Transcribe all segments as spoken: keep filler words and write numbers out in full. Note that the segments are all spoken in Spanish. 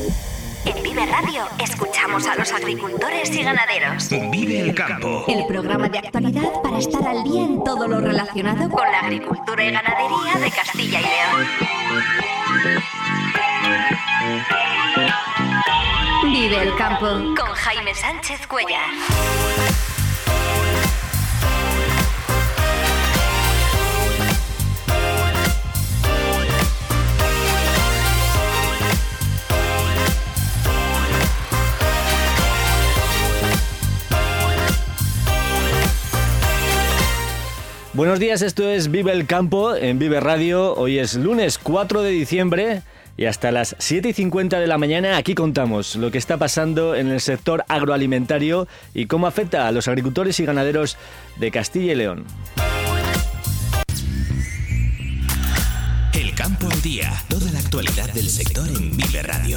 En Vive Radio escuchamos a los agricultores y ganaderos. Vive el campo. El programa de actualidad para estar al día en todo lo relacionado con la agricultura y ganadería de Castilla y León. Vive el campo con Jaime Sánchez Cuellar. Buenos días, esto es Vive el Campo en Vive Radio. Hoy es lunes cuatro de diciembre y hasta las siete y cincuenta de la mañana aquí contamos lo que está pasando en el sector agroalimentario y cómo afecta a los agricultores y ganaderos de Castilla y León. El Campo al Día, toda la actualidad del sector en Vive Radio.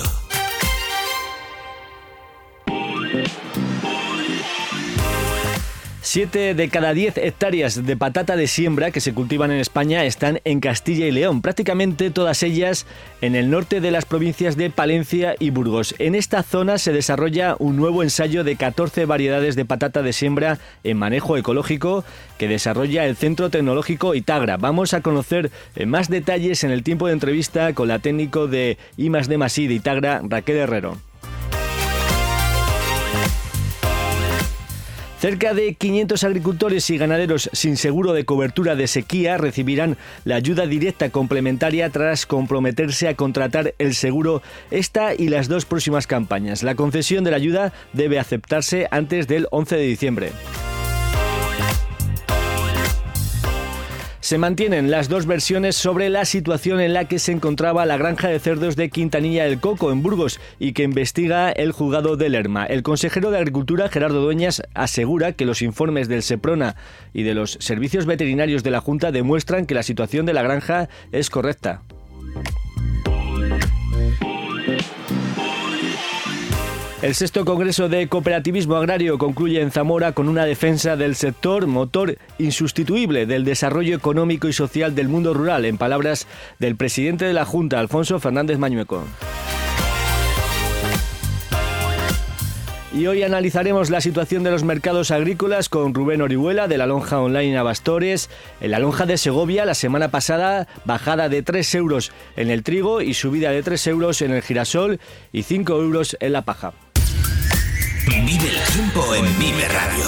Siete de cada diez hectáreas de patata de siembra que se cultivan en España están en Castilla y León, prácticamente todas ellas en el norte de las provincias de Palencia y Burgos. En esta zona se desarrolla un nuevo ensayo de catorce variedades de patata de siembra en manejo ecológico que desarrolla el Centro Tecnológico Itagra. Vamos a conocer más detalles en el tiempo de entrevista con la técnico de I más D más I de Itagra, Raquel Herrero. Cerca de quinientos agricultores y ganaderos sin seguro de cobertura de sequía recibirán la ayuda directa complementaria tras comprometerse a contratar el seguro esta y las dos próximas campañas. La concesión de la ayuda debe aceptarse antes del once de diciembre. Se mantienen las dos versiones sobre la situación en la que se encontraba la granja de cerdos de Quintanilla del Coco, en Burgos, y que investiga el juzgado de Lerma. El consejero de Agricultura, Gerardo Dueñas, asegura que los informes del Seprona y de los servicios veterinarios de la Junta demuestran que la situación de la granja es correcta. El sexto Congreso de Cooperativismo Agrario concluye en Zamora con una defensa del sector, motor insustituible del desarrollo económico y social del mundo rural, en palabras del presidente de la Junta, Alfonso Fernández Mañueco. Y hoy analizaremos la situación de los mercados agrícolas con Rubén Orihuela de la lonja online Abastores. En la lonja de Segovia, la semana pasada, bajada de tres euros en el trigo y subida de tres euros en el girasol y cinco euros en la paja. Vive el tiempo en Vive Radio.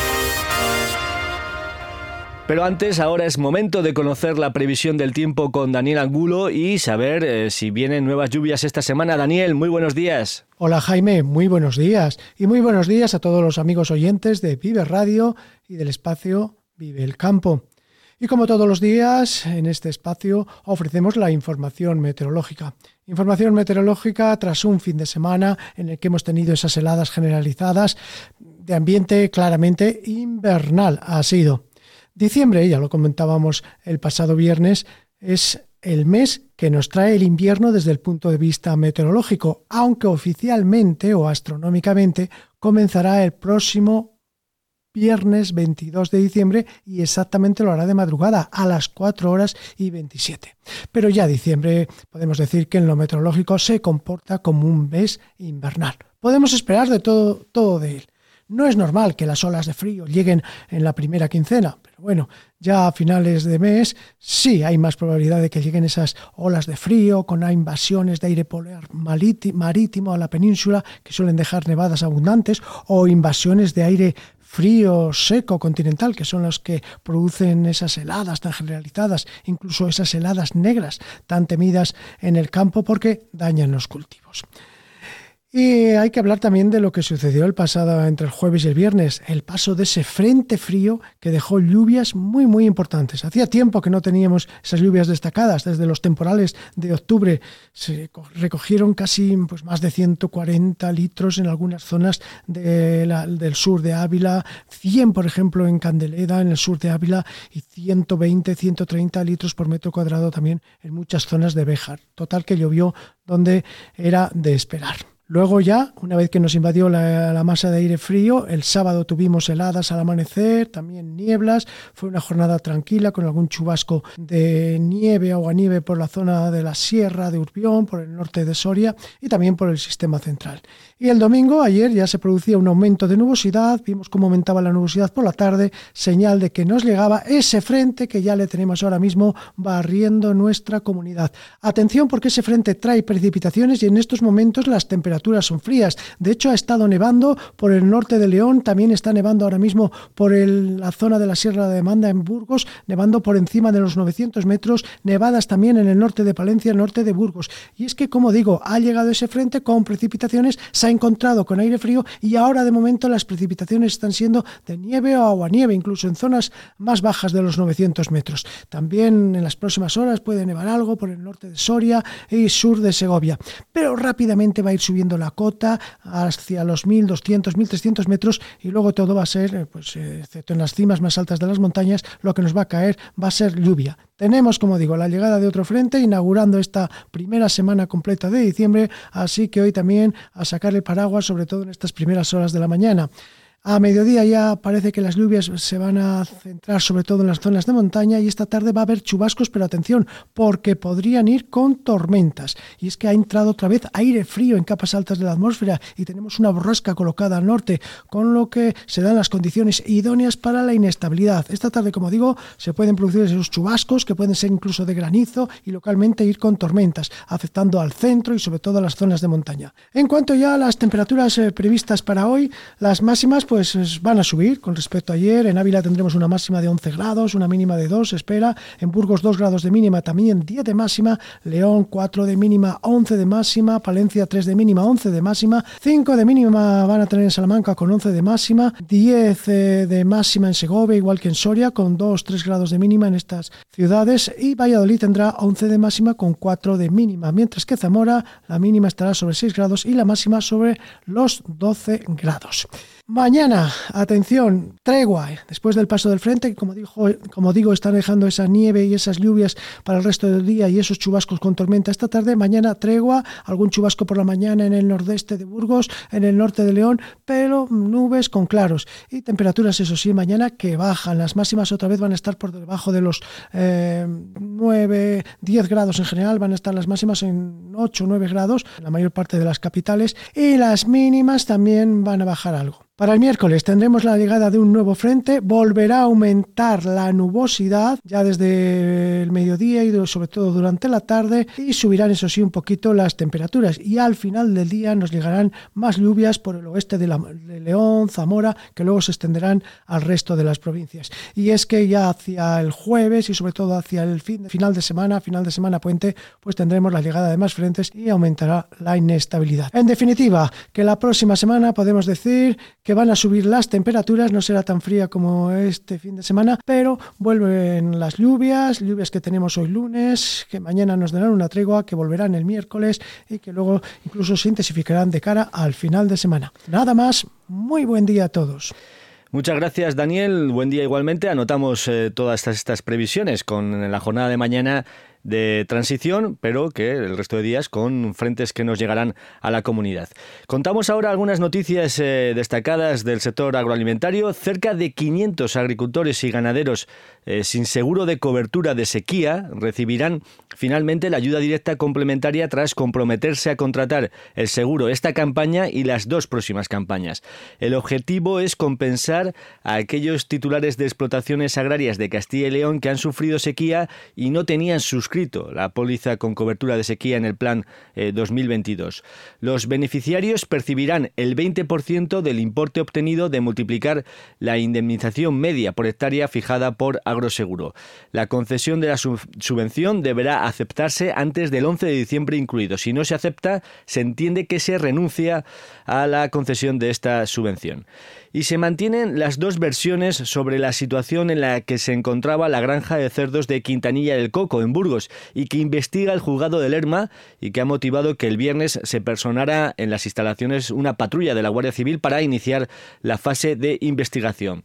Pero antes, ahora es momento de conocer la previsión del tiempo con Daniel Angulo y saber eh, si vienen nuevas lluvias esta semana. Daniel, muy buenos días. Hola Jaime, muy buenos días. Y muy buenos días a todos los amigos oyentes de Vive Radio y del espacio Vive el Campo. Y como todos los días, en este espacio ofrecemos la información meteorológica. Información meteorológica tras un fin de semana en el que hemos tenido esas heladas generalizadas de ambiente claramente invernal. Ha sido diciembre, ya lo comentábamos el pasado viernes, es el mes que nos trae el invierno desde el punto de vista meteorológico, aunque oficialmente o astronómicamente comenzará el próximo viernes veintidós de diciembre y exactamente lo hará de madrugada a las cuatro horas y veintisiete. Pero ya diciembre podemos decir que en lo meteorológico se comporta como un mes invernal. Podemos esperar de todo, todo de él. No es normal que las olas de frío lleguen en la primera quincena, pero bueno, ya a finales de mes sí hay más probabilidad de que lleguen esas olas de frío con invasiones de aire polar marítimo a la península que suelen dejar nevadas abundantes o invasiones de aire frío seco continental que son los que producen esas heladas tan generalizadas, incluso esas heladas negras tan temidas en el campo porque dañan los cultivos. Y hay que hablar también de lo que sucedió el pasado entre el jueves y el viernes, el paso de ese frente frío que dejó lluvias muy muy importantes. Hacía tiempo que no teníamos esas lluvias destacadas, desde los temporales de octubre se recogieron casi pues, más de ciento cuarenta litros en algunas zonas de la, del sur de Ávila, cien por ejemplo en Candeleda, en el sur de Ávila, y ciento veinte, ciento treinta litros por metro cuadrado también en muchas zonas de Béjar. Total que llovió donde era de esperar. Luego ya, una vez que nos invadió la, la masa de aire frío, el sábado tuvimos heladas al amanecer, también nieblas. Fue una jornada tranquila con algún chubasco de nieve, aguanieve por la zona de la Sierra de Urbión, por el norte de Soria y también por el sistema central. Y el domingo, ayer, ya se producía un aumento de nubosidad, vimos cómo aumentaba la nubosidad por la tarde, señal de que nos llegaba ese frente que ya le tenemos ahora mismo barriendo nuestra comunidad. Atención, porque ese frente trae precipitaciones y en estos momentos las temperaturas son frías. De hecho, ha estado nevando por el norte de León, también está nevando ahora mismo por el, la zona de la Sierra de Demanda en Burgos, nevando por encima de los novecientos metros, nevadas también en el norte de Palencia, el norte de Burgos. Y es que, como digo, ha llegado ese frente con precipitaciones, se ha encontrado con aire frío y ahora de momento las precipitaciones están siendo de nieve o aguanieve, incluso en zonas más bajas de los novecientos metros. También en las próximas horas puede nevar algo por el norte de Soria y sur de Segovia, pero rápidamente va a ir subiendo la cota hacia los mil doscientos, mil trescientos metros y luego todo va a ser, pues, excepto en las cimas más altas de las montañas, lo que nos va a caer va a ser lluvia. Tenemos, como digo, la llegada de otro frente inaugurando esta primera semana completa de diciembre, así que hoy también a sacar el paraguas, sobre todo en estas primeras horas de la mañana. A mediodía ya parece que las lluvias se van a centrar sobre todo en las zonas de montaña y esta tarde va a haber chubascos, pero atención, porque podrían ir con tormentas. Y es que ha entrado otra vez aire frío en capas altas de la atmósfera y tenemos una borrasca colocada al norte, con lo que se dan las condiciones idóneas para la inestabilidad. Esta tarde, como digo, se pueden producir esos chubascos que pueden ser incluso de granizo y localmente ir con tormentas, afectando al centro y sobre todo a las zonas de montaña. En cuanto ya a las temperaturas eh, previstas para hoy, las máximas pues van a subir con respecto a ayer. En Ávila tendremos una máxima de once grados, una mínima de dos, se espera. En Burgos dos grados de mínima, también diez de máxima. León cuatro de mínima, once de máxima. Palencia tres de mínima, once de máxima. cinco de mínima van a tener en Salamanca con once de máxima. diez eh, de máxima en Segovia, igual que en Soria, con dos, tres grados de mínima en estas ciudades. Y Valladolid tendrá once de máxima con cuatro de mínima. Mientras que Zamora, la mínima estará sobre seis grados y la máxima sobre los doce grados. Mañana, atención, tregua, después del paso del frente, que como, dijo, como digo, están dejando esa nieve y esas lluvias para el resto del día y esos chubascos con tormenta esta tarde. Mañana tregua, algún chubasco por la mañana en el nordeste de Burgos, en el norte de León, pero nubes con claros. Y temperaturas, eso sí, mañana que bajan. Las máximas otra vez van a estar por debajo de los eh, nueve, diez grados en general, van a estar las máximas en ocho, nueve grados, en la mayor parte de las capitales, y las mínimas también van a bajar algo. Para el miércoles tendremos la llegada de un nuevo frente, volverá a aumentar la nubosidad ya desde el mediodía y sobre todo durante la tarde y subirán eso sí un poquito las temperaturas y al final del día nos llegarán más lluvias por el oeste de, la, de León, Zamora, que luego se extenderán al resto de las provincias. Y es que ya hacia el jueves y sobre todo hacia el fin, final de semana, final de semana puente, pues tendremos la llegada de más frentes y aumentará la inestabilidad. En definitiva, que la próxima semana podemos decir que van a subir las temperaturas, no será tan fría como este fin de semana, pero vuelven las lluvias, lluvias que tenemos hoy lunes, que mañana nos darán una tregua, que volverán el miércoles y que luego incluso se intensificarán de cara al final de semana. Nada más, muy buen día a todos. Muchas gracias, Daniel. Buen día igualmente. Anotamos eh, todas estas, estas previsiones con la jornada de mañana de transición, pero que el resto de días con frentes que nos llegarán a la comunidad. Contamos ahora algunas noticias eh, destacadas del sector agroalimentario. Cerca de quinientos agricultores y ganaderos eh, sin seguro de cobertura de sequía recibirán finalmente la ayuda directa complementaria tras comprometerse a contratar el seguro esta campaña y las dos próximas campañas. El objetivo es compensar a aquellos titulares de explotaciones agrarias de Castilla y León que han sufrido sequía y no tenían suscrito la póliza con cobertura de sequía en el plan eh, dos mil veintidós. Los beneficiarios percibirán el veinte por ciento del importe obtenido de multiplicar la indemnización media por hectárea fijada por Agroseguro. La concesión de la sub- subvención deberá aceptarse antes del once de diciembre incluido. Si no se acepta, se entiende que se renuncia a la concesión de esta subvención. Y se mantienen las dos versiones sobre la situación en la que se encontraba la granja de cerdos de Quintanilla del Coco, en Burgos, y que investiga el juzgado de Lerma y que ha motivado que el viernes se personara en las instalaciones una patrulla de la Guardia Civil para iniciar la fase de investigación.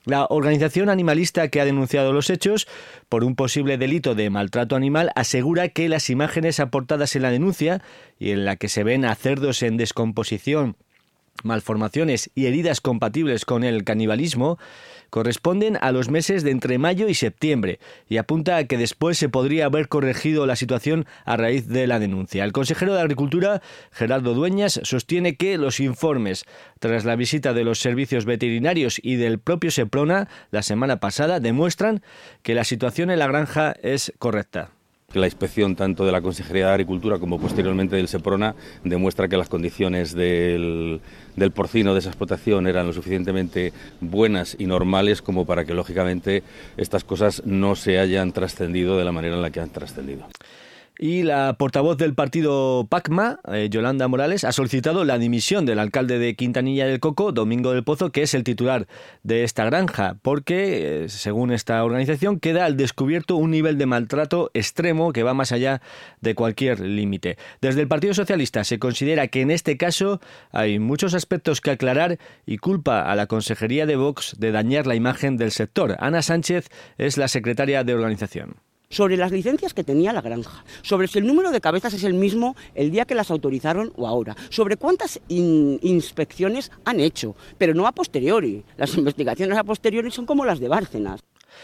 La organización animalista que ha denunciado los hechos por un posible delito de maltrato animal asegura que las imágenes aportadas en la denuncia y en la que se ven a cerdos en descomposición, malformaciones y heridas compatibles con el canibalismo corresponden a los meses de entre mayo y septiembre y apunta a que después se podría haber corregido la situación a raíz de la denuncia. El consejero de Agricultura, Gerardo Dueñas, sostiene que los informes tras la visita de los servicios veterinarios y del propio Seprona la semana pasada demuestran que la situación en la granja es correcta. Que la inspección tanto de la Consejería de Agricultura como posteriormente del Seprona demuestra que las condiciones del, del porcino de esa explotación eran lo suficientemente buenas y normales como para que lógicamente estas cosas no se hayan trascendido de la manera en la que han trascendido. Y la portavoz del partido PACMA, eh, Yolanda Morales, ha solicitado la dimisión del alcalde de Quintanilla del Coco, Domingo del Pozo, que es el titular de esta granja, porque, eh, según esta organización, queda al descubierto un nivel de maltrato extremo que va más allá de cualquier límite. Desde el Partido Socialista se considera que en este caso hay muchos aspectos que aclarar y culpa a la Consejería de Vox de dañar la imagen del sector. Ana Sánchez es la secretaria de organización. Sobre las licencias que tenía la granja, sobre si el número de cabezas es el mismo el día que las autorizaron o ahora, sobre cuántas in- inspecciones han hecho, pero no a posteriori. Las investigaciones a posteriori son como las de Bárcenas.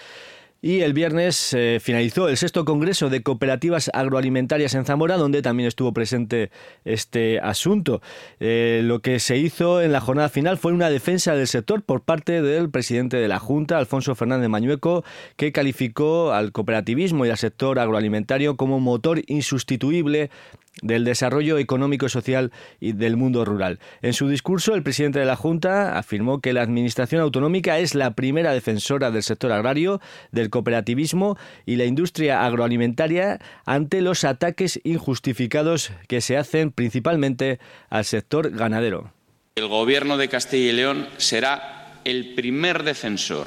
Y el viernes eh, finalizó el sexto Congreso de Cooperativas Agroalimentarias en Zamora, donde también estuvo presente este asunto. Eh, lo que se hizo en la jornada final fue una defensa del sector por parte del presidente de la Junta, Alfonso Fernández Mañueco, que calificó al cooperativismo y al sector agroalimentario como motor insustituible del desarrollo económico y social y del mundo rural. En su discurso, el presidente de la Junta afirmó que la Administración autonómica es la primera defensora del sector agrario, del cooperativismo y la industria agroalimentaria ante los ataques injustificados que se hacen principalmente al sector ganadero. El Gobierno de Castilla y León será el primer defensor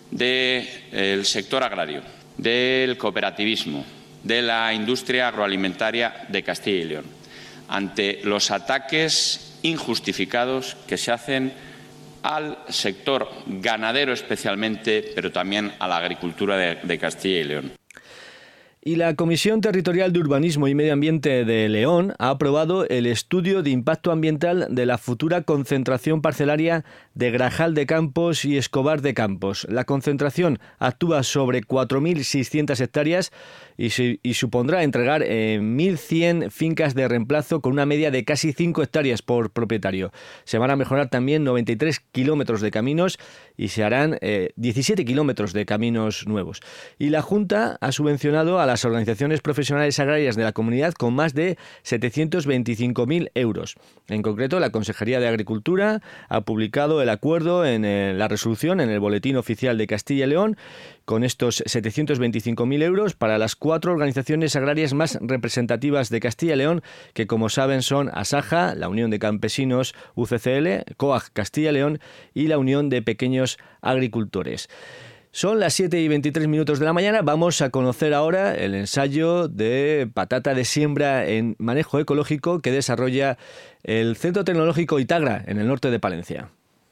del sector agrario, del cooperativismo, de la industria agroalimentaria de Castilla y León, ante los ataques injustificados que se hacen al sector ganadero especialmente, pero también a la agricultura de, de Castilla y León. Y la Comisión Territorial de Urbanismo y Medio Ambiente de León ha aprobado el estudio de impacto ambiental de la futura concentración parcelaria de Grajal de Campos y Escobar de Campos. La concentración actúa sobre cuatro mil seiscientas hectáreas y, se, y supondrá entregar eh, mil cien fincas de reemplazo con una media de casi cinco hectáreas por propietario. Se van a mejorar también noventa y tres kilómetros de caminos y se harán eh, diecisiete kilómetros de caminos nuevos. Y la Junta ha subvencionado a las organizaciones profesionales agrarias de la comunidad con más de setecientos veinticinco mil euros. En concreto, la Consejería de Agricultura ha publicado el acuerdo en eh, la resolución en el Boletín Oficial de Castilla y León con estos setecientos veinticinco mil euros para las cuatro organizaciones agrarias más representativas de Castilla y León, que como saben son Asaja, la Unión de Campesinos U C C L, COAG Castilla y León y la Unión de Pequeños Agricultores. Son las siete y veintitrés minutos de la mañana. Vamos a conocer ahora el ensayo de patata de siembra en manejo ecológico que desarrolla el Centro Tecnológico Itagra en el norte de Palencia.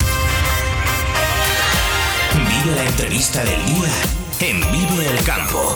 Vive la entrevista del día en Vive el Campo.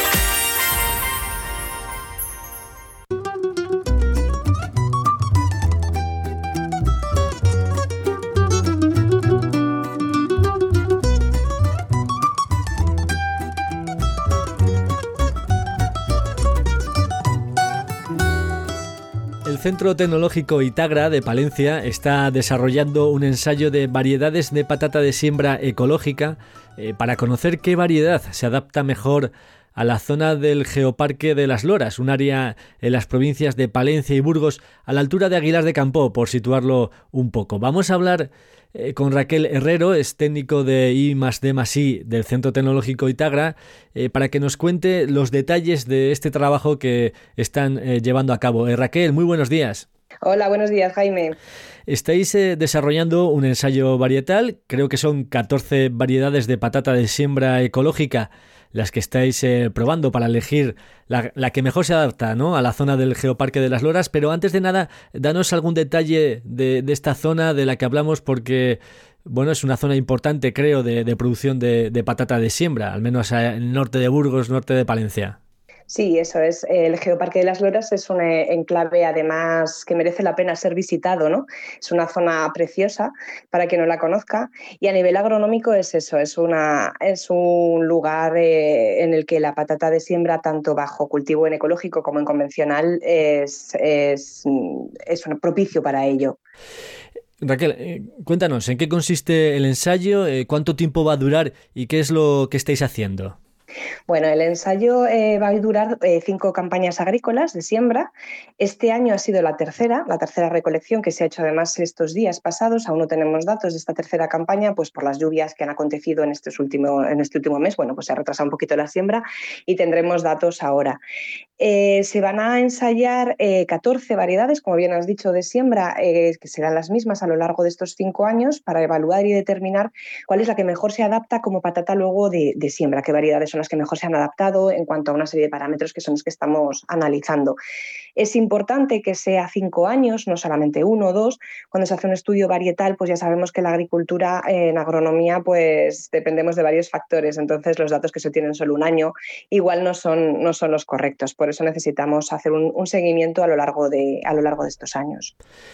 El Centro Tecnológico Itagra de Palencia está desarrollando un ensayo de variedades de patata de siembra ecológica eh, para conocer qué variedad se adapta mejor a la zona del Geoparque de las Loras, un área en las provincias de Palencia y Burgos, a la altura de Aguilar de Campoo, por situarlo un poco. Vamos a hablar eh, con Raquel Herrero, es técnico de I más D más I del Centro Tecnológico Itagra, eh, para que nos cuente los detalles de este trabajo que están eh, llevando a cabo. Eh, Raquel, muy buenos días. Hola, buenos días, Jaime. Estáis eh, desarrollando un ensayo varietal, creo que son catorce variedades de patata de siembra ecológica las que estáis eh, probando para elegir la, la que mejor se adapta, ¿no?, a la zona del Geoparque de las Loras. Pero antes de nada, danos algún detalle de, de esta zona de la que hablamos, porque bueno, es una zona importante, creo, de, de producción de, de patata de siembra, al menos en el norte de Burgos, norte de Palencia. Sí, eso es. El Geoparque de las Loras es un enclave, además, que merece la pena ser visitado, ¿no? Es una zona preciosa para quien no la conozca. Y a nivel agronómico es eso, es, una, es un lugar eh, en el que la patata de siembra, tanto bajo cultivo en ecológico como en convencional, es, es, es propicio para ello. Raquel, eh, cuéntanos, ¿en qué consiste el ensayo? Eh, ¿Cuánto tiempo va a durar y qué es lo que estáis haciendo? Bueno, el ensayo eh, va a durar eh, cinco campañas agrícolas de siembra. Este año ha sido la tercera, la tercera recolección que se ha hecho además estos días pasados. Aún no tenemos datos de esta tercera campaña, pues por las lluvias que han acontecido en, estos último, en este último mes. Bueno, pues se ha retrasado un poquito la siembra y tendremos datos ahora. Eh, se van a ensayar eh, catorce variedades, como bien has dicho, de siembra, eh, que serán las mismas a lo largo de estos cinco años para evaluar y determinar cuál es la que mejor se adapta como patata luego de, de siembra, qué variedades son las que mejor se han adaptado en cuanto a una serie de parámetros que son los que estamos analizando. Es importante que sea cinco años, no solamente uno o dos. Cuando se hace un estudio varietal, pues ya sabemos que la agricultura, eh, en agronomía, pues dependemos de varios factores. Entonces, los datos que se tienen solo un año igual no son, no son los correctos. Por eso necesitamos hacer un, un seguimiento a lo largo de, a lo largo de estos años.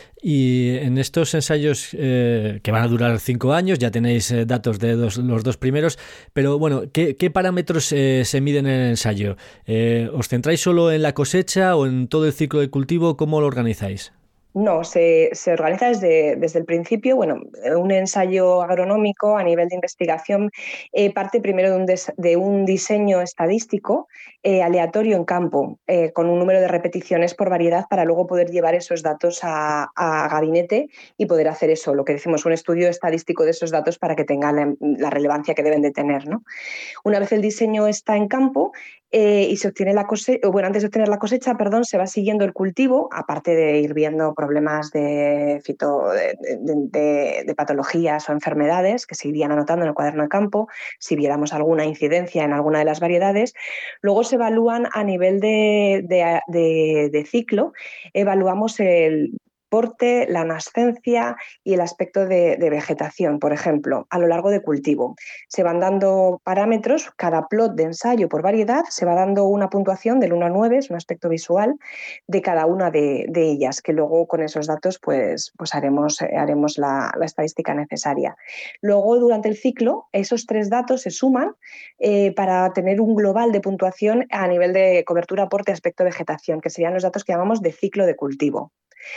Y en estos ensayos eh, que van a durar cinco años, ya tenéis eh, datos de dos, los dos primeros, pero bueno, ¿qué, qué parámetros eh, se miden en el ensayo? Eh, ¿Os centráis solo en la cosecha o en todo el ciclo de cultivo? ¿Cómo lo organizáis? No, se, se organiza desde, desde el principio. Bueno, un ensayo agronómico a nivel de investigación eh, parte primero de un, des, de un diseño estadístico eh, aleatorio en campo, eh, con un número de repeticiones por variedad para luego poder llevar esos datos a, a gabinete y poder hacer eso, lo que decimos, un estudio estadístico de esos datos para que tengan la, la relevancia que deben de tener, ¿no? Una vez el diseño está en campo, Eh, y se obtiene la cosecha, bueno, antes de obtener la cosecha, perdón, se va siguiendo el cultivo, aparte de ir viendo problemas de, fito, de, de, de, de patologías o enfermedades que se irían anotando en el cuaderno de campo, si viéramos alguna incidencia en alguna de las variedades. Luego se evalúan a nivel de, de, de, de ciclo, evaluamos el porte, la nascencia y el aspecto de, de vegetación, por ejemplo, a lo largo de cultivo. Se van dando parámetros, cada plot de ensayo por variedad se va dando una puntuación del uno a nueve, es un aspecto visual de cada una de, de ellas, que luego con esos datos pues, pues haremos, haremos la, la estadística necesaria. Luego, durante el ciclo, esos tres datos se suman eh, para tener un global de puntuación a nivel de cobertura, porte, aspecto, vegetación, que serían los datos que llamamos de ciclo de cultivo.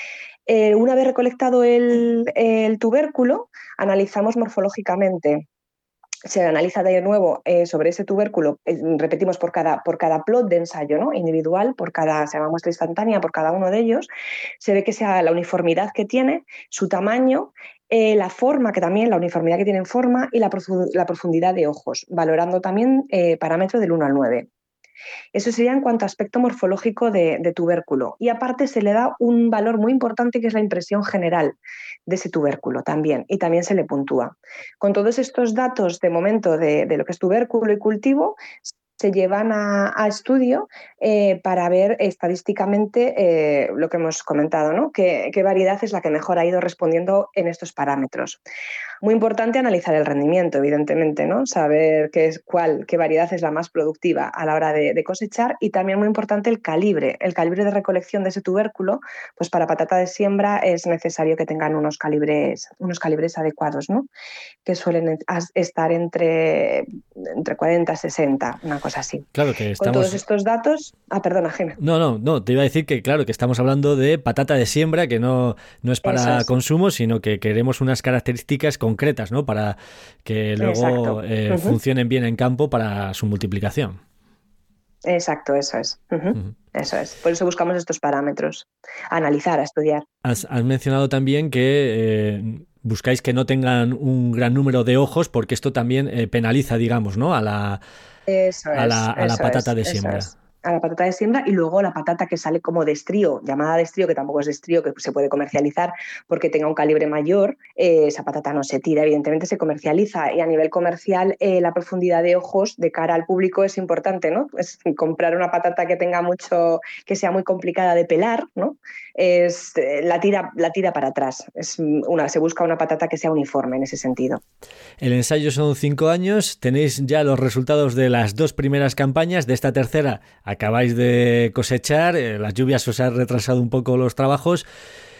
Eh, una vez recolectado el, el tubérculo, analizamos morfológicamente. Se analiza de nuevo eh, sobre ese tubérculo, eh, repetimos por cada, por cada plot de ensayo, ¿no? Individual, por cada, se llama muestra instantánea por cada uno de ellos, se ve que sea la uniformidad que tiene, su tamaño, eh, la forma, que también, la uniformidad que tiene en forma y la, profu- la profundidad de ojos, valorando también eh, parámetros del uno al nueve. Eso sería en cuanto a aspecto morfológico de, de tubérculo. Y aparte se le da un valor muy importante que es la impresión general de ese tubérculo también, y también se le puntúa. Con todos estos datos de momento de, de lo que es tubérculo y cultivo, se llevan a, a estudio eh, para ver estadísticamente eh, lo que hemos comentado, ¿no? ¿Qué, qué variedad es la que mejor ha ido respondiendo en estos parámetros? Muy importante analizar el rendimiento, evidentemente, ¿no? Saber qué es cuál, qué variedad es la más productiva a la hora de, de cosechar, y también muy importante el calibre, el calibre de recolección de ese tubérculo. Pues para patata de siembra es necesario que tengan unos calibres, unos calibres adecuados, ¿no? Que suelen estar entre, entre cuarenta y sesenta, una cosa así. Claro que estamos... Con todos estos datos... Ah, perdona, Gena. No, no, no, te iba a decir que claro, que estamos hablando de patata de siembra, que no, no es para es. consumo, sino que queremos unas características concretas, ¿no? Para que luego eh, uh-huh. funcionen bien en campo para su multiplicación. Exacto, eso es. Uh-huh. Uh-huh. Eso es. Por eso buscamos estos parámetros. A analizar, a estudiar. Has, has mencionado también que eh, buscáis que no tengan un gran número de ojos, porque esto también eh, penaliza, digamos, ¿no? A la, eso a es, la, a la eso patata es, de siembra. Es. a la patata de siembra, y luego la patata que sale como de estrío, llamada de estrío, que tampoco es de estrío, que se puede comercializar porque tenga un calibre mayor. Eh, esa patata no se tira, evidentemente se comercializa, y a nivel comercial eh, la profundidad de ojos de cara al público es importante, ¿no? Es comprar una patata que tenga mucho, que sea muy complicada de pelar, ¿no? Es, eh, la, tira, la tira para atrás. Es una, se busca una patata que sea uniforme en ese sentido. El ensayo son cinco años, tenéis ya los resultados de las dos primeras campañas, de esta tercera acabáis de cosechar, eh, las lluvias os han retrasado un poco los trabajos.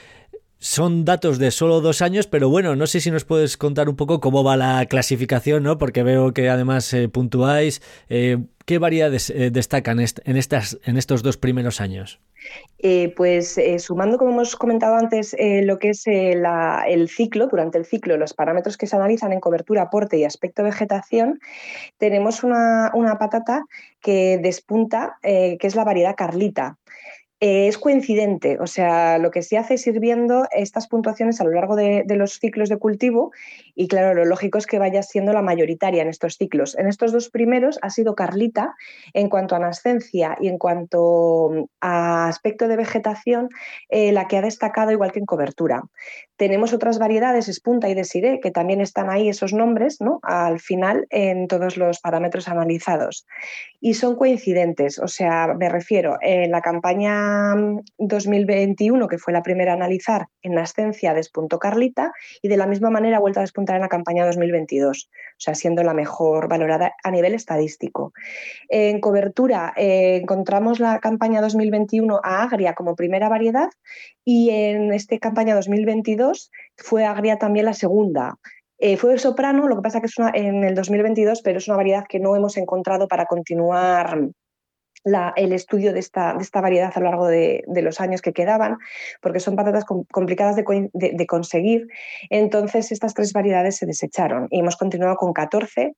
Son datos de solo dos años, pero bueno, no sé si nos puedes contar un poco cómo va la clasificación, ¿no? Porque veo que además eh, puntuáis. Eh, ¿Qué variedades eh, destacan est- en, estas, en estos dos primeros años? Eh, pues eh, sumando, como hemos comentado antes, eh, lo que es eh, la, el ciclo, durante el ciclo, los parámetros que se analizan en cobertura, aporte y aspecto vegetación, tenemos una, una patata que despunta, eh, que es la variedad Carlita. Eh, es coincidente, o sea, lo que se hace es ir viendo estas puntuaciones a lo largo de, de los ciclos de cultivo, y claro, lo lógico es que vaya siendo la mayoritaria en estos ciclos. En estos dos primeros ha sido Carlita en cuanto a nascencia y en cuanto a aspecto de vegetación, eh, la que ha destacado igual que en cobertura. Tenemos otras variedades, Espunta y Desiré, que también están ahí esos nombres, ¿no?, al final en todos los parámetros analizados. Y son coincidentes, o sea, me refiero, en la campaña dos mil veintiuno, que fue la primera a analizar, en nascencia despuntó Carlita, y de la misma manera ha vuelto a despuntar en la campaña dos mil veintidós, o sea, siendo la mejor valorada a nivel estadístico. En cobertura eh, encontramos la campaña dos mil veintiuno a Agria como primera variedad, y en esta campaña dos mil veintidós fue Agria también la segunda. Eh, fue Soprano, lo que pasa que es una, en el dos mil veintidós, pero es una variedad que no hemos encontrado para continuar La, el estudio de esta, de esta variedad a lo largo de, de los años que quedaban, porque son patatas com, complicadas de, de, de conseguir. Entonces estas tres variedades se desecharon y hemos continuado con catorce,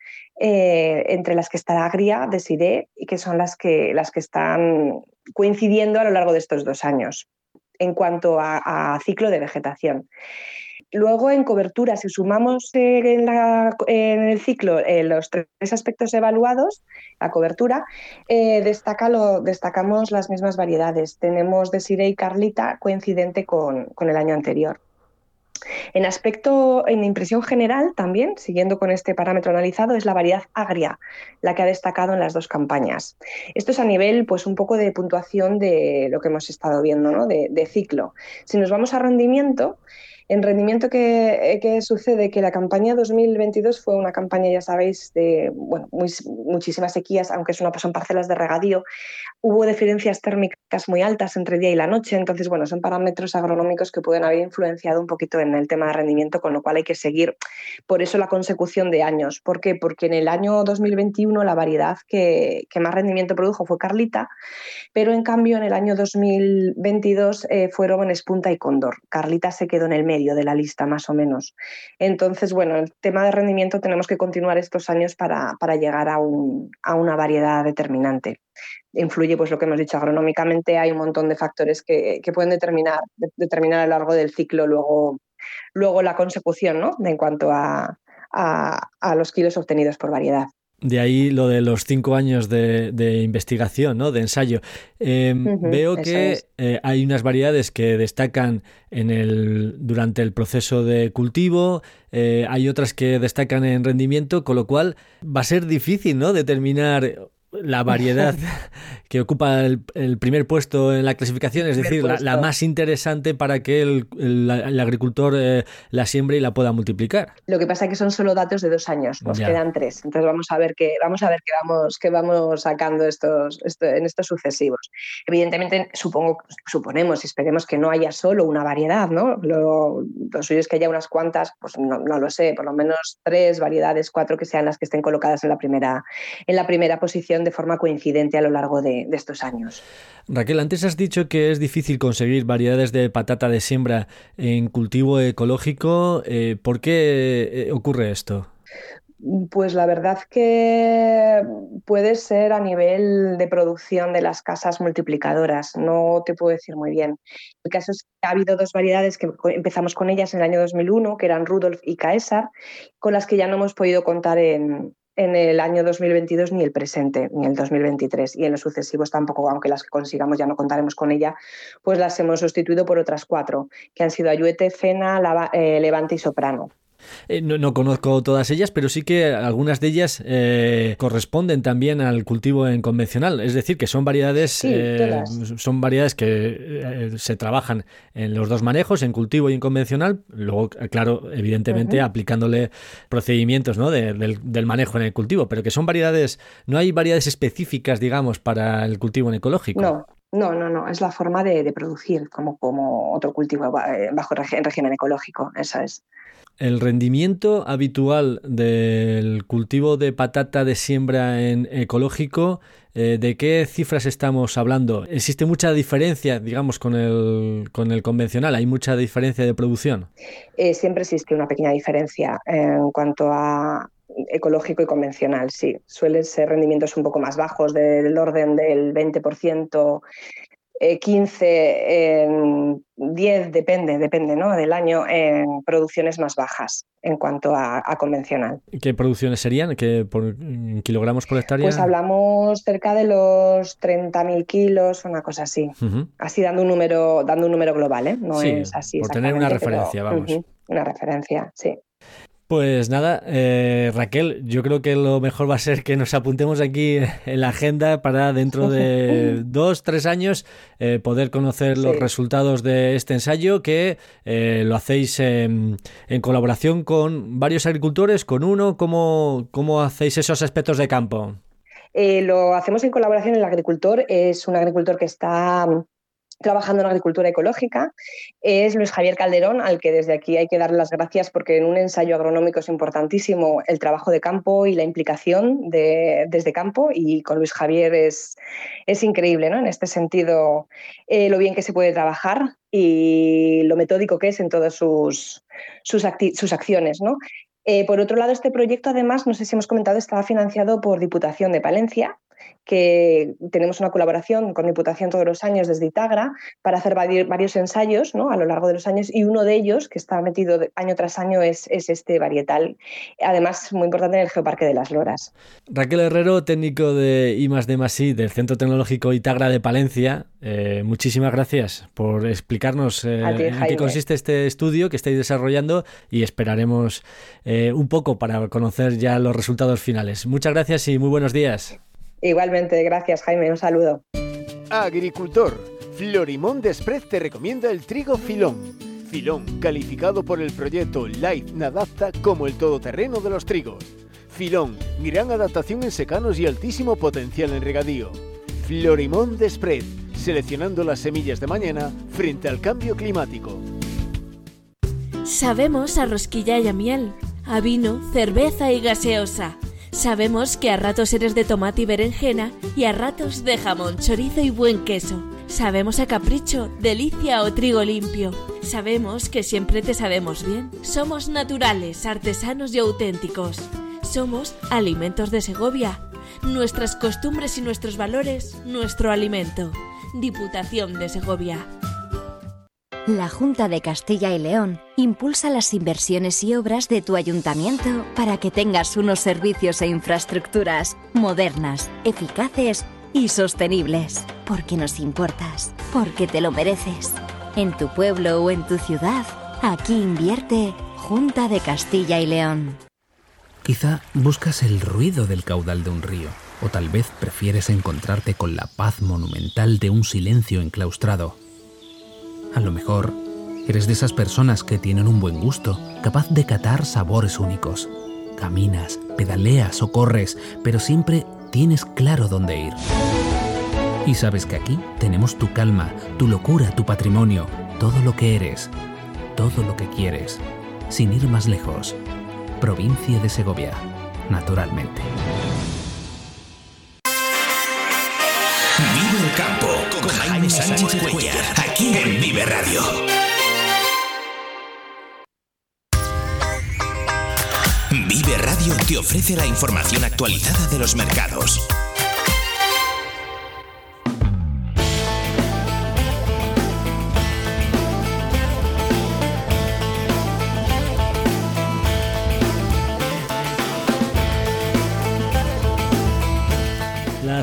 eh, entre las que está Agria, Desiré, y que son las que, las que están coincidiendo a lo largo de estos dos años en cuanto a, a ciclo de vegetación. Luego, en cobertura, si sumamos en, la, en el ciclo eh, los tres aspectos evaluados, la cobertura, eh, destaca lo, destacamos las mismas variedades. Tenemos Desiré y Carlita coincidente con, con el año anterior. En aspecto, en impresión general también, siguiendo con este parámetro analizado, es la variedad Agria, la que ha destacado en las dos campañas. Esto es a nivel, pues, un poco de puntuación de lo que hemos estado viendo, ¿no?, de, de ciclo. Si nos vamos a rendimiento, en rendimiento, ¿qué, qué sucede? Que la campaña dos mil veintidós fue una campaña, ya sabéis, de bueno, muy, muchísimas sequías, aunque es una, son parcelas de regadío. Hubo diferencias térmicas muy altas entre día y la noche, entonces, bueno, son parámetros agronómicos que pueden haber influenciado un poquito en el tema de rendimiento, con lo cual hay que seguir, por eso la consecución de años. ¿Por qué? Porque en el año dos mil veintiuno la variedad que, que más rendimiento produjo fue Carlita, pero en cambio en el año dos mil veintidós eh, fueron Espunta y Cóndor. Carlita se quedó en el medio de la lista, más o menos. Entonces, bueno, el tema de rendimiento tenemos que continuar estos años para, para llegar a, un, a una variedad determinante. Influye, pues, lo que hemos dicho, agronómicamente hay un montón de factores que, que pueden determinar, de, determinar a lo largo del ciclo luego, luego la consecución, ¿no?, de en cuanto a, a, a los kilos obtenidos por variedad. De ahí lo de los cinco años de, de investigación, ¿no?, de ensayo. Eh, uh-huh, veo que es. eh, hay unas variedades que destacan en el, durante el proceso de cultivo, eh, hay otras que destacan en rendimiento, con lo cual va a ser difícil, ¿no?, determinar la variedad que ocupa el, el primer puesto en la clasificación, es decir, la, la más interesante para que el, el, el agricultor eh, la siembre y la pueda multiplicar. Lo que pasa es que son solo datos de dos años, nos ya. quedan tres, entonces vamos a ver qué vamos a ver qué vamos, qué vamos sacando estos, esto, en estos sucesivos. Evidentemente, supongo, suponemos y esperemos que no haya solo una variedad, ¿no? Lo, lo suyo es que haya unas cuantas, pues no, no lo sé, por lo menos tres variedades, cuatro que sean las que estén colocadas en la primera, en la primera posición de forma coincidente a lo largo de, de estos años. Raquel, antes has dicho que es difícil conseguir variedades de patata de siembra en cultivo ecológico. Eh, ¿Por qué ocurre esto? Pues la verdad que puede ser a nivel de producción de las casas multiplicadoras, no te puedo decir muy bien. El caso es que ha habido dos variedades que empezamos con ellas en el año dos mil uno, que eran Rudolf y Caesar, con las que ya no hemos podido contar en, en el año dos mil veintidós ni el presente, ni el dos mil veintitrés, y en los sucesivos tampoco, aunque las que consigamos ya no contaremos con ella, pues las hemos sustituido por otras cuatro, que han sido Ayuete, Fena, Lava, eh, Levante y Soprano. Eh, no, no conozco todas ellas, pero sí que algunas de ellas eh, corresponden también al cultivo en convencional. Es decir, que son variedades, sí, eh, son variedades que eh, se trabajan en los dos manejos, en cultivo y en convencional. Luego, claro, evidentemente uh-huh. aplicándole procedimientos, ¿no? de, del, del manejo en el cultivo, pero que son variedades, no hay variedades específicas, digamos, para el cultivo en ecológico. No. No, no, no, es la forma de, de producir como, como otro cultivo bajo en régimen ecológico, eso es. El rendimiento habitual del cultivo de patata de siembra en ecológico, eh, ¿de qué cifras estamos hablando? ¿Existe mucha diferencia, digamos, con el, con el convencional? ¿Hay mucha diferencia de producción? Eh, siempre existe una pequeña diferencia en cuanto a ecológico y convencional, sí. Suelen ser rendimientos un poco más bajos, del orden del veinte por ciento, eh, quince, eh, diez, depende, depende, ¿no? del año, en producciones más bajas en cuanto a, a convencional. ¿Qué producciones serían? ¿Qué por, kilogramos por hectárea? Pues hablamos cerca de los treinta mil kilos, una cosa así. Uh-huh. Así dando un número, dando un número global, ¿eh? No sí, es así. Por tener una referencia, pero, vamos. Uh-huh, una referencia, sí. Pues nada, eh, Raquel, yo creo que lo mejor va a ser que nos apuntemos aquí en la agenda para dentro de dos, tres años eh, poder conocer los sí. resultados de este ensayo, que eh, lo hacéis en, en colaboración con varios agricultores, con uno. ¿Cómo, cómo hacéis esos aspectos de campo? Eh, lo hacemos en colaboración. El agricultor es un agricultor que está trabajando en agricultura ecológica, es Luis Javier Calderón, al que desde aquí hay que darle las gracias porque en un ensayo agronómico es importantísimo el trabajo de campo y la implicación de, desde campo, y con Luis Javier es, es increíble, ¿no? En este sentido, eh, lo bien que se puede trabajar y lo metódico que es en todas sus, sus, acti- sus acciones, ¿no? Eh, por otro lado, este proyecto, además, no sé si hemos comentado, estaba financiado por Diputación de Palencia, que tenemos una colaboración con Diputación todos los años desde Itagra para hacer varios ensayos, ¿no? a lo largo de los años, y uno de ellos, que está metido año tras año, es, es este varietal, además muy importante en el Geoparque de las Loras. Raquel Herrero, técnico de I más D más I del Centro Tecnológico Itagra de Palencia, eh, muchísimas gracias por explicarnos eh, ti, en qué consiste este estudio que estáis desarrollando, y esperaremos eh, un poco para conocer ya los resultados finales. Muchas gracias y muy buenos días. Igualmente, gracias, Jaime, un saludo. Agricultor, Florimond Desprez te recomienda el trigo Filón. Filón, calificado por el proyecto Life Nadapta como el todoterreno de los trigos. Filón, gran adaptación en secanos y altísimo potencial en regadío. Florimond Desprez, seleccionando las semillas de mañana frente al cambio climático. Sabemos a rosquilla y a miel, a vino, cerveza y gaseosa. Sabemos que a ratos eres de tomate y berenjena y a ratos de jamón, chorizo y buen queso. Sabemos a capricho, delicia o trigo limpio. Sabemos que siempre te sabemos bien. Somos naturales, artesanos y auténticos. Somos Alimentos de Segovia. Nuestras costumbres y nuestros valores, nuestro alimento. Diputación de Segovia. La Junta de Castilla y León impulsa las inversiones y obras de tu ayuntamiento para que tengas unos servicios e infraestructuras modernas, eficaces y sostenibles. Porque nos importas, porque te lo mereces. En tu pueblo o en tu ciudad, aquí invierte Junta de Castilla y León. Quizá buscas el ruido del caudal de un río, o tal vez prefieres encontrarte con la paz monumental de un silencio enclaustrado. A lo mejor eres de esas personas que tienen un buen gusto, capaz de catar sabores únicos. Caminas, pedaleas o corres, pero siempre tienes claro dónde ir. Y sabes que aquí tenemos tu calma, tu locura, tu patrimonio, todo lo que eres, todo lo que quieres, sin ir más lejos. Provincia de Segovia, naturalmente. Vive el campo con Jaime Sánchez Cuellar, aquí en Vive Radio. Vive Radio te ofrece la información actualizada de los mercados.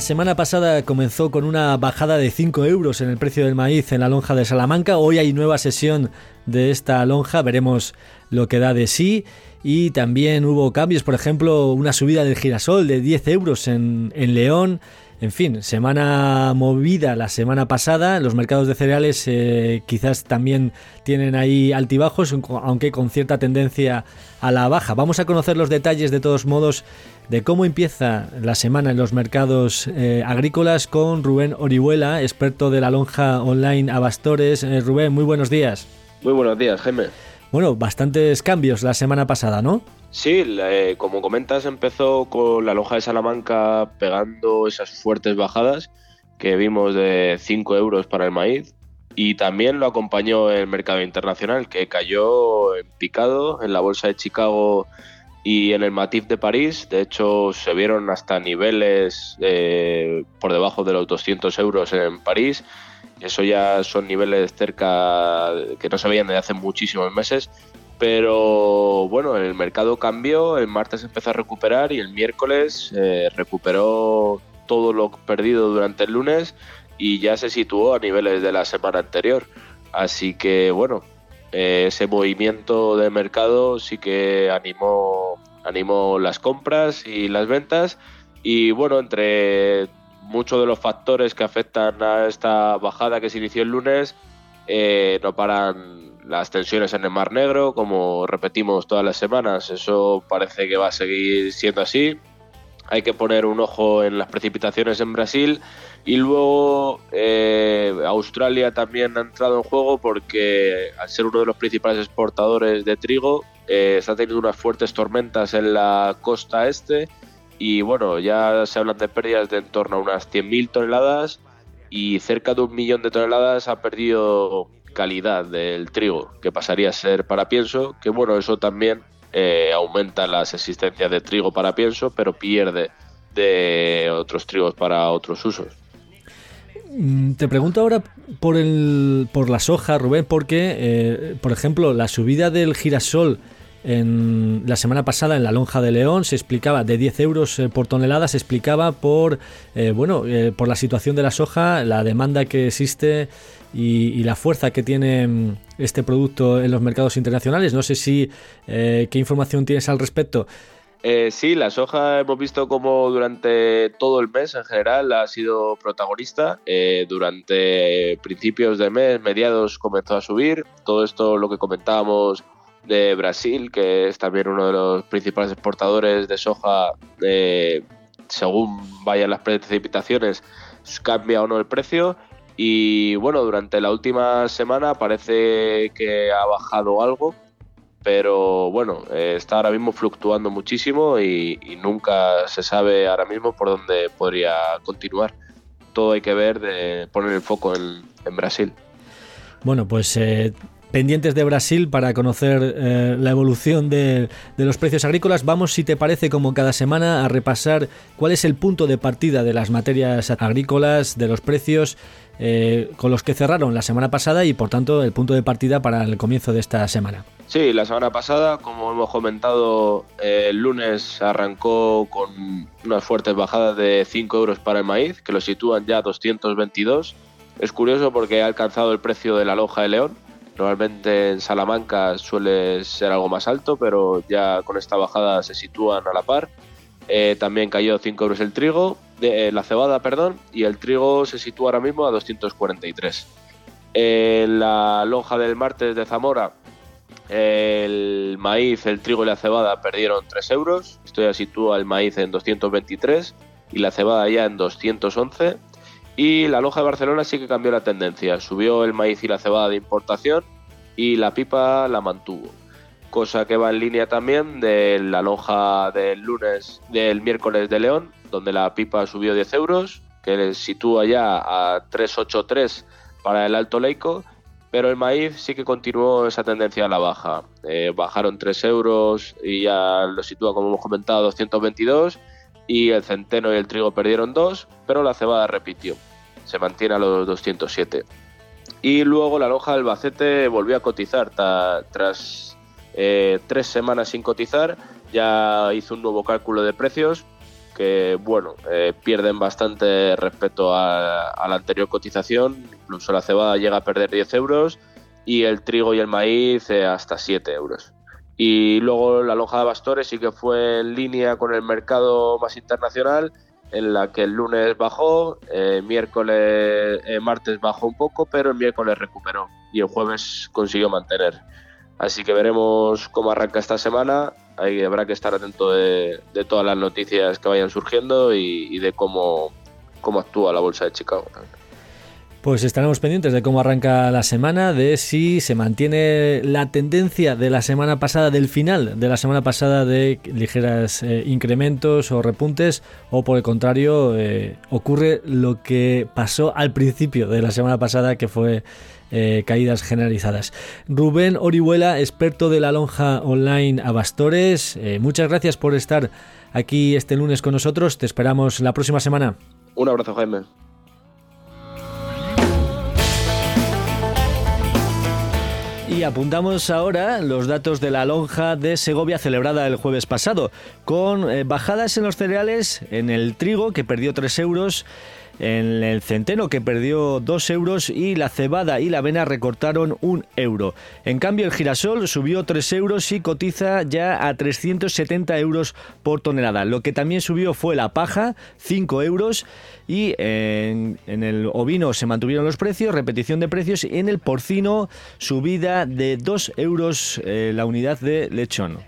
semana pasada comenzó con una bajada de cinco euros en el precio del maíz en la lonja de Salamanca. Hoy hay nueva sesión de esta lonja, veremos lo que da de sí. Y también hubo cambios, por ejemplo, una subida del girasol de diez euros en, en León. En fin, semana movida la semana pasada. Los mercados de cereales eh, quizás también tienen ahí altibajos, aunque con cierta tendencia a la baja. Vamos a conocer los detalles, de todos modos, de cómo empieza la semana en los mercados eh, agrícolas con Rubén Orihuela, experto de la lonja online Abastores. Eh, Rubén, muy buenos días. Muy buenos días, Jaime. Bueno, bastantes cambios la semana pasada, ¿no? Sí, eh, como comentas, empezó con la lonja de Salamanca pegando esas fuertes bajadas que vimos de cinco euros para el maíz, y también lo acompañó el mercado internacional, que cayó en picado en la bolsa de Chicago y en el Matif de París. De hecho, se vieron hasta niveles eh, por debajo de los doscientos euros en París. Eso ya son niveles cerca que no se veían desde hace muchísimos meses. Pero bueno, el mercado cambió, el martes empezó a recuperar y el miércoles eh, recuperó todo lo perdido durante el lunes y ya se situó a niveles de la semana anterior. Así que bueno, eh, ese movimiento de mercado sí que animó, animó las compras y las ventas. Y bueno, entre muchos de los factores que afectan a esta bajada que se inició el lunes, eh, no paran las tensiones en el Mar Negro, como repetimos todas las semanas. Eso parece que va a seguir siendo así. Hay que poner un ojo en las precipitaciones en Brasil. Y luego eh, Australia también ha entrado en juego porque, al ser uno de los principales exportadores de trigo, eh, está teniendo unas fuertes tormentas en la costa este. Y bueno, ya se hablan de pérdidas de en torno a unas cien mil toneladas, y cerca de un millón de toneladas ha perdido calidad del trigo, que pasaría a ser para pienso, que bueno, eso también eh, aumenta las existencias de trigo para pienso, pero pierde de otros trigos para otros usos. Te pregunto ahora por el por la soja, Rubén, porque, eh, por ejemplo, la subida del girasol en la semana pasada en la lonja de León se explicaba de diez euros por tonelada, se explicaba por eh, bueno eh, por la situación de la soja, la demanda que existe y, y la fuerza que tiene este producto en los mercados internacionales. No sé si eh, qué información tienes al respecto. Eh, sí, la soja hemos visto como durante todo el mes en general ha sido protagonista. Eh, durante principios de mes, mediados, comenzó a subir. Todo esto, lo que comentábamos de Brasil, que es también uno de los principales exportadores de soja, eh, según vayan las precipitaciones, cambia o no el precio. Y bueno, durante la última semana parece que ha bajado algo, pero bueno, eh, está ahora mismo fluctuando muchísimo y, y nunca se sabe ahora mismo por dónde podría continuar. Todo hay que ver, de poner el foco en, en Brasil. Bueno, pues eh, pendientes de Brasil para conocer eh, la evolución de, de los precios agrícolas. Vamos, si te parece, como cada semana, a repasar cuál es el punto de partida de las materias agrícolas, de los precios eh, con los que cerraron la semana pasada y, por tanto, el punto de partida para el comienzo de esta semana. Sí, la semana pasada, como hemos comentado, eh, el lunes arrancó con unas fuertes bajadas de cinco euros para el maíz, que lo sitúan ya a doscientos veintidós. Es curioso porque ha alcanzado el precio de la lonja de León. Normalmente en Salamanca suele ser algo más alto, pero ya con esta bajada se sitúan a la par. Eh, también cayó cinco euros el trigo, de, eh, la cebada, perdón, y el trigo se sitúa ahora mismo a doscientos cuarenta y tres. En la lonja del martes de Zamora, el maíz, el trigo y la cebada perdieron tres euros. Esto ya sitúa el maíz en doscientos veintitrés y la cebada ya en doscientos once. Y la lonja de Barcelona sí que cambió la tendencia. Subió el maíz y la cebada de importación y la pipa la mantuvo. Cosa que va en línea también de la lonja del lunes, del miércoles de León, donde la pipa subió diez euros, que le sitúa ya a trescientos ochenta y tres para el Alto Leico. Pero el maíz sí que continuó esa tendencia a la baja. Eh, bajaron tres euros y ya lo sitúa, como hemos comentado, a doscientos veintidós. Y el centeno y el trigo perdieron dos, pero la cebada repitió. Se mantiene a los doscientos siete. Y luego la lonja del Albacete volvió a cotizar. Ta, tras eh, tres semanas sin cotizar, ya hizo un nuevo cálculo de precios que bueno, eh, pierden bastante respecto a, a la anterior cotización. Incluso la cebada llega a perder diez euros y el trigo y el maíz eh, hasta siete euros. Y luego la lonja de Bastores sí que fue en línea con el mercado más internacional, en la que el lunes bajó, eh, miércoles, eh, martes bajó un poco, pero el miércoles recuperó y el jueves consiguió mantener. Así que veremos cómo arranca esta semana. Ahí habrá que estar atento de, de todas las noticias que vayan surgiendo y, y de cómo, cómo actúa la bolsa de Chicago. Pues estaremos pendientes de cómo arranca la semana, de si se mantiene la tendencia de la semana pasada, del final de la semana pasada, de ligeros eh, incrementos o repuntes, o por el contrario eh, ocurre lo que pasó al principio de la semana pasada, que fue eh, caídas generalizadas. Rubén Orihuela, experto de la lonja online Abastores, eh, muchas gracias por estar aquí este lunes con nosotros. Te esperamos la próxima semana. Un abrazo, Jaime. Y apuntamos ahora los datos de la lonja de Segovia celebrada el jueves pasado, con eh, bajadas en los cereales, en el trigo, que perdió tres euros, en el centeno, que perdió dos euros, y la cebada y la avena recortaron un euro. En cambio, el girasol subió tres euros y cotiza ya a trescientos setenta euros por tonelada. Lo que también subió fue la paja, cinco euros, y en, en el ovino se mantuvieron los precios, repetición de precios, y en el porcino subida de dos euros eh, la unidad de lechón.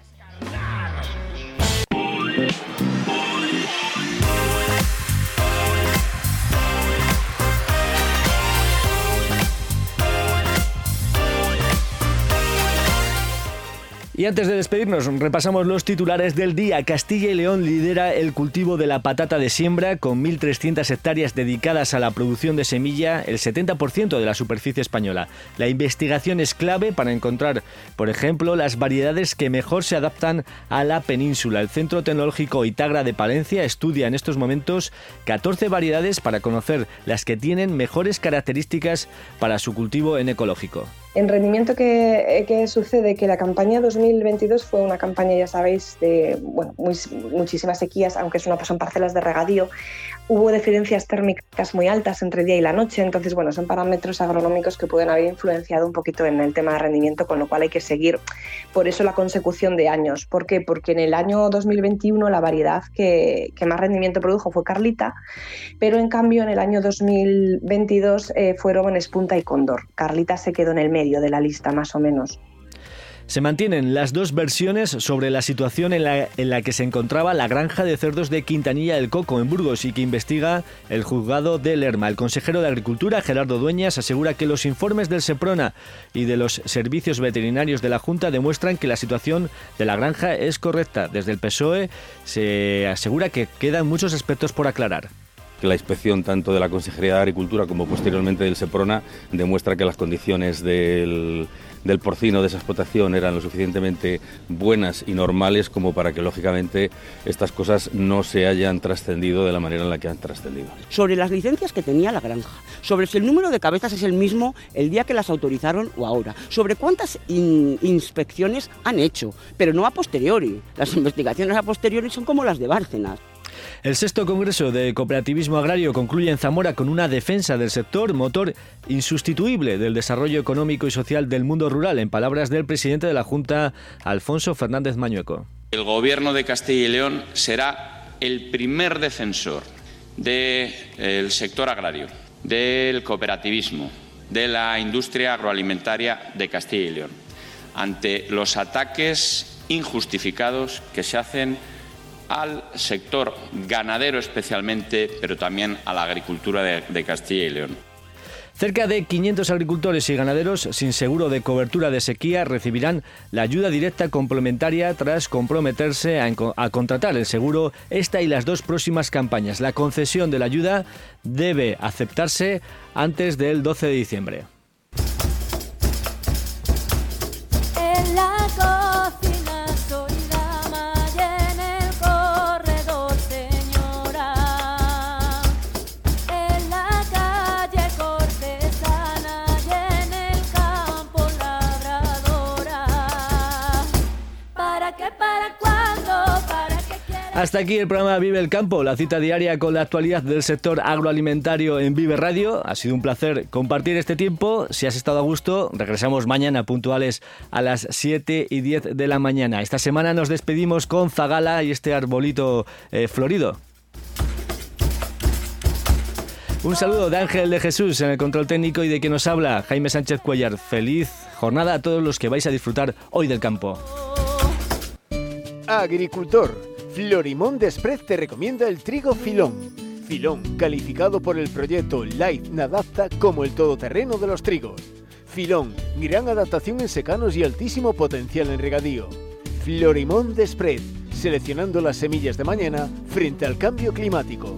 Y antes de despedirnos, repasamos los titulares del día. Castilla y León lidera el cultivo de la patata de siembra con mil trescientas hectáreas dedicadas a la producción de semilla, el setenta por ciento de la superficie española. La investigación es clave para encontrar, por ejemplo, las variedades que mejor se adaptan a la península. El Centro Tecnológico Itagra de Palencia estudia en estos momentos catorce variedades para conocer las que tienen mejores características para su cultivo en ecológico. En rendimiento, ¿qué, qué sucede? Que la campaña dos mil veintidós fue una campaña, ya sabéis, de bueno, muy, muchísimas sequías, aunque es una, son parcelas de regadío. Hubo diferencias térmicas muy altas entre día y la noche, entonces bueno, son parámetros agronómicos que pueden haber influenciado un poquito en el tema de rendimiento, con lo cual hay que seguir por eso la consecución de años. ¿Por qué? Porque en el año dos mil veintiuno la variedad que, que más rendimiento produjo fue Carlita, pero en cambio en el año dos mil veintidós eh, fueron Espunta y Cóndor. Carlita se quedó en el medio de la lista, más o menos. Se mantienen las dos versiones sobre la situación en la, en la que se encontraba la granja de cerdos de Quintanilla del Coco, en Burgos, y que investiga el juzgado de Lerma. El consejero de Agricultura, Gerardo Dueñas, asegura que los informes del Seprona y de los servicios veterinarios de la Junta demuestran que la situación de la granja es correcta. Desde el P S O E se asegura que quedan muchos aspectos por aclarar. Que la inspección tanto de la Consejería de Agricultura como posteriormente del Seprona demuestra que las condiciones del, del porcino de esa explotación eran lo suficientemente buenas y normales como para que lógicamente estas cosas no se hayan trascendido de la manera en la que han trascendido. Sobre las licencias que tenía la granja, sobre si el número de cabezas es el mismo el día que las autorizaron o ahora, sobre cuántas in- inspecciones han hecho, pero no a posteriori. Las investigaciones a posteriori son como las de Bárcenas. El sexto Congreso de Cooperativismo Agrario concluye en Zamora con una defensa del sector, motor insustituible del desarrollo económico y social del mundo rural, en palabras del presidente de la Junta, Alfonso Fernández Mañueco. El Gobierno de Castilla y León será el primer defensor del sector agrario, del cooperativismo, de la industria agroalimentaria de Castilla y León, ante los ataques injustificados que se hacen al sector ganadero especialmente, pero también a la agricultura de, de Castilla y León. Cerca de quinientos agricultores y ganaderos sin seguro de cobertura de sequía recibirán la ayuda directa complementaria tras comprometerse a, a contratar el seguro esta y las dos próximas campañas. La concesión de la ayuda debe aceptarse antes del doce de diciembre. En la cocina soy dama y en el corredor señora. En la calle cortesana y en el campo labradora. ¿Para qué, para cuándo, para qué quieres? Hasta aquí el programa Vive el Campo, la cita diaria con la actualidad del sector agroalimentario en Vive Radio. Ha sido un placer compartir este tiempo. Si has estado a gusto, regresamos mañana puntuales a las siete y diez de la mañana. Esta semana nos despedimos con Zagala y este arbolito eh, florido. Un saludo de Ángel de Jesús en el control técnico y de quien nos habla, Jaime Sánchez Cuellar. Feliz jornada a todos los que vais a disfrutar hoy del campo. Agricultor, Florimond Desprez te recomienda el trigo Filón. Filón, calificado por el proyecto Life Nadapta como el todoterreno de los trigos. Filón, gran adaptación en secanos y altísimo potencial en regadío. Florimond Desprez, seleccionando las semillas de mañana frente al cambio climático.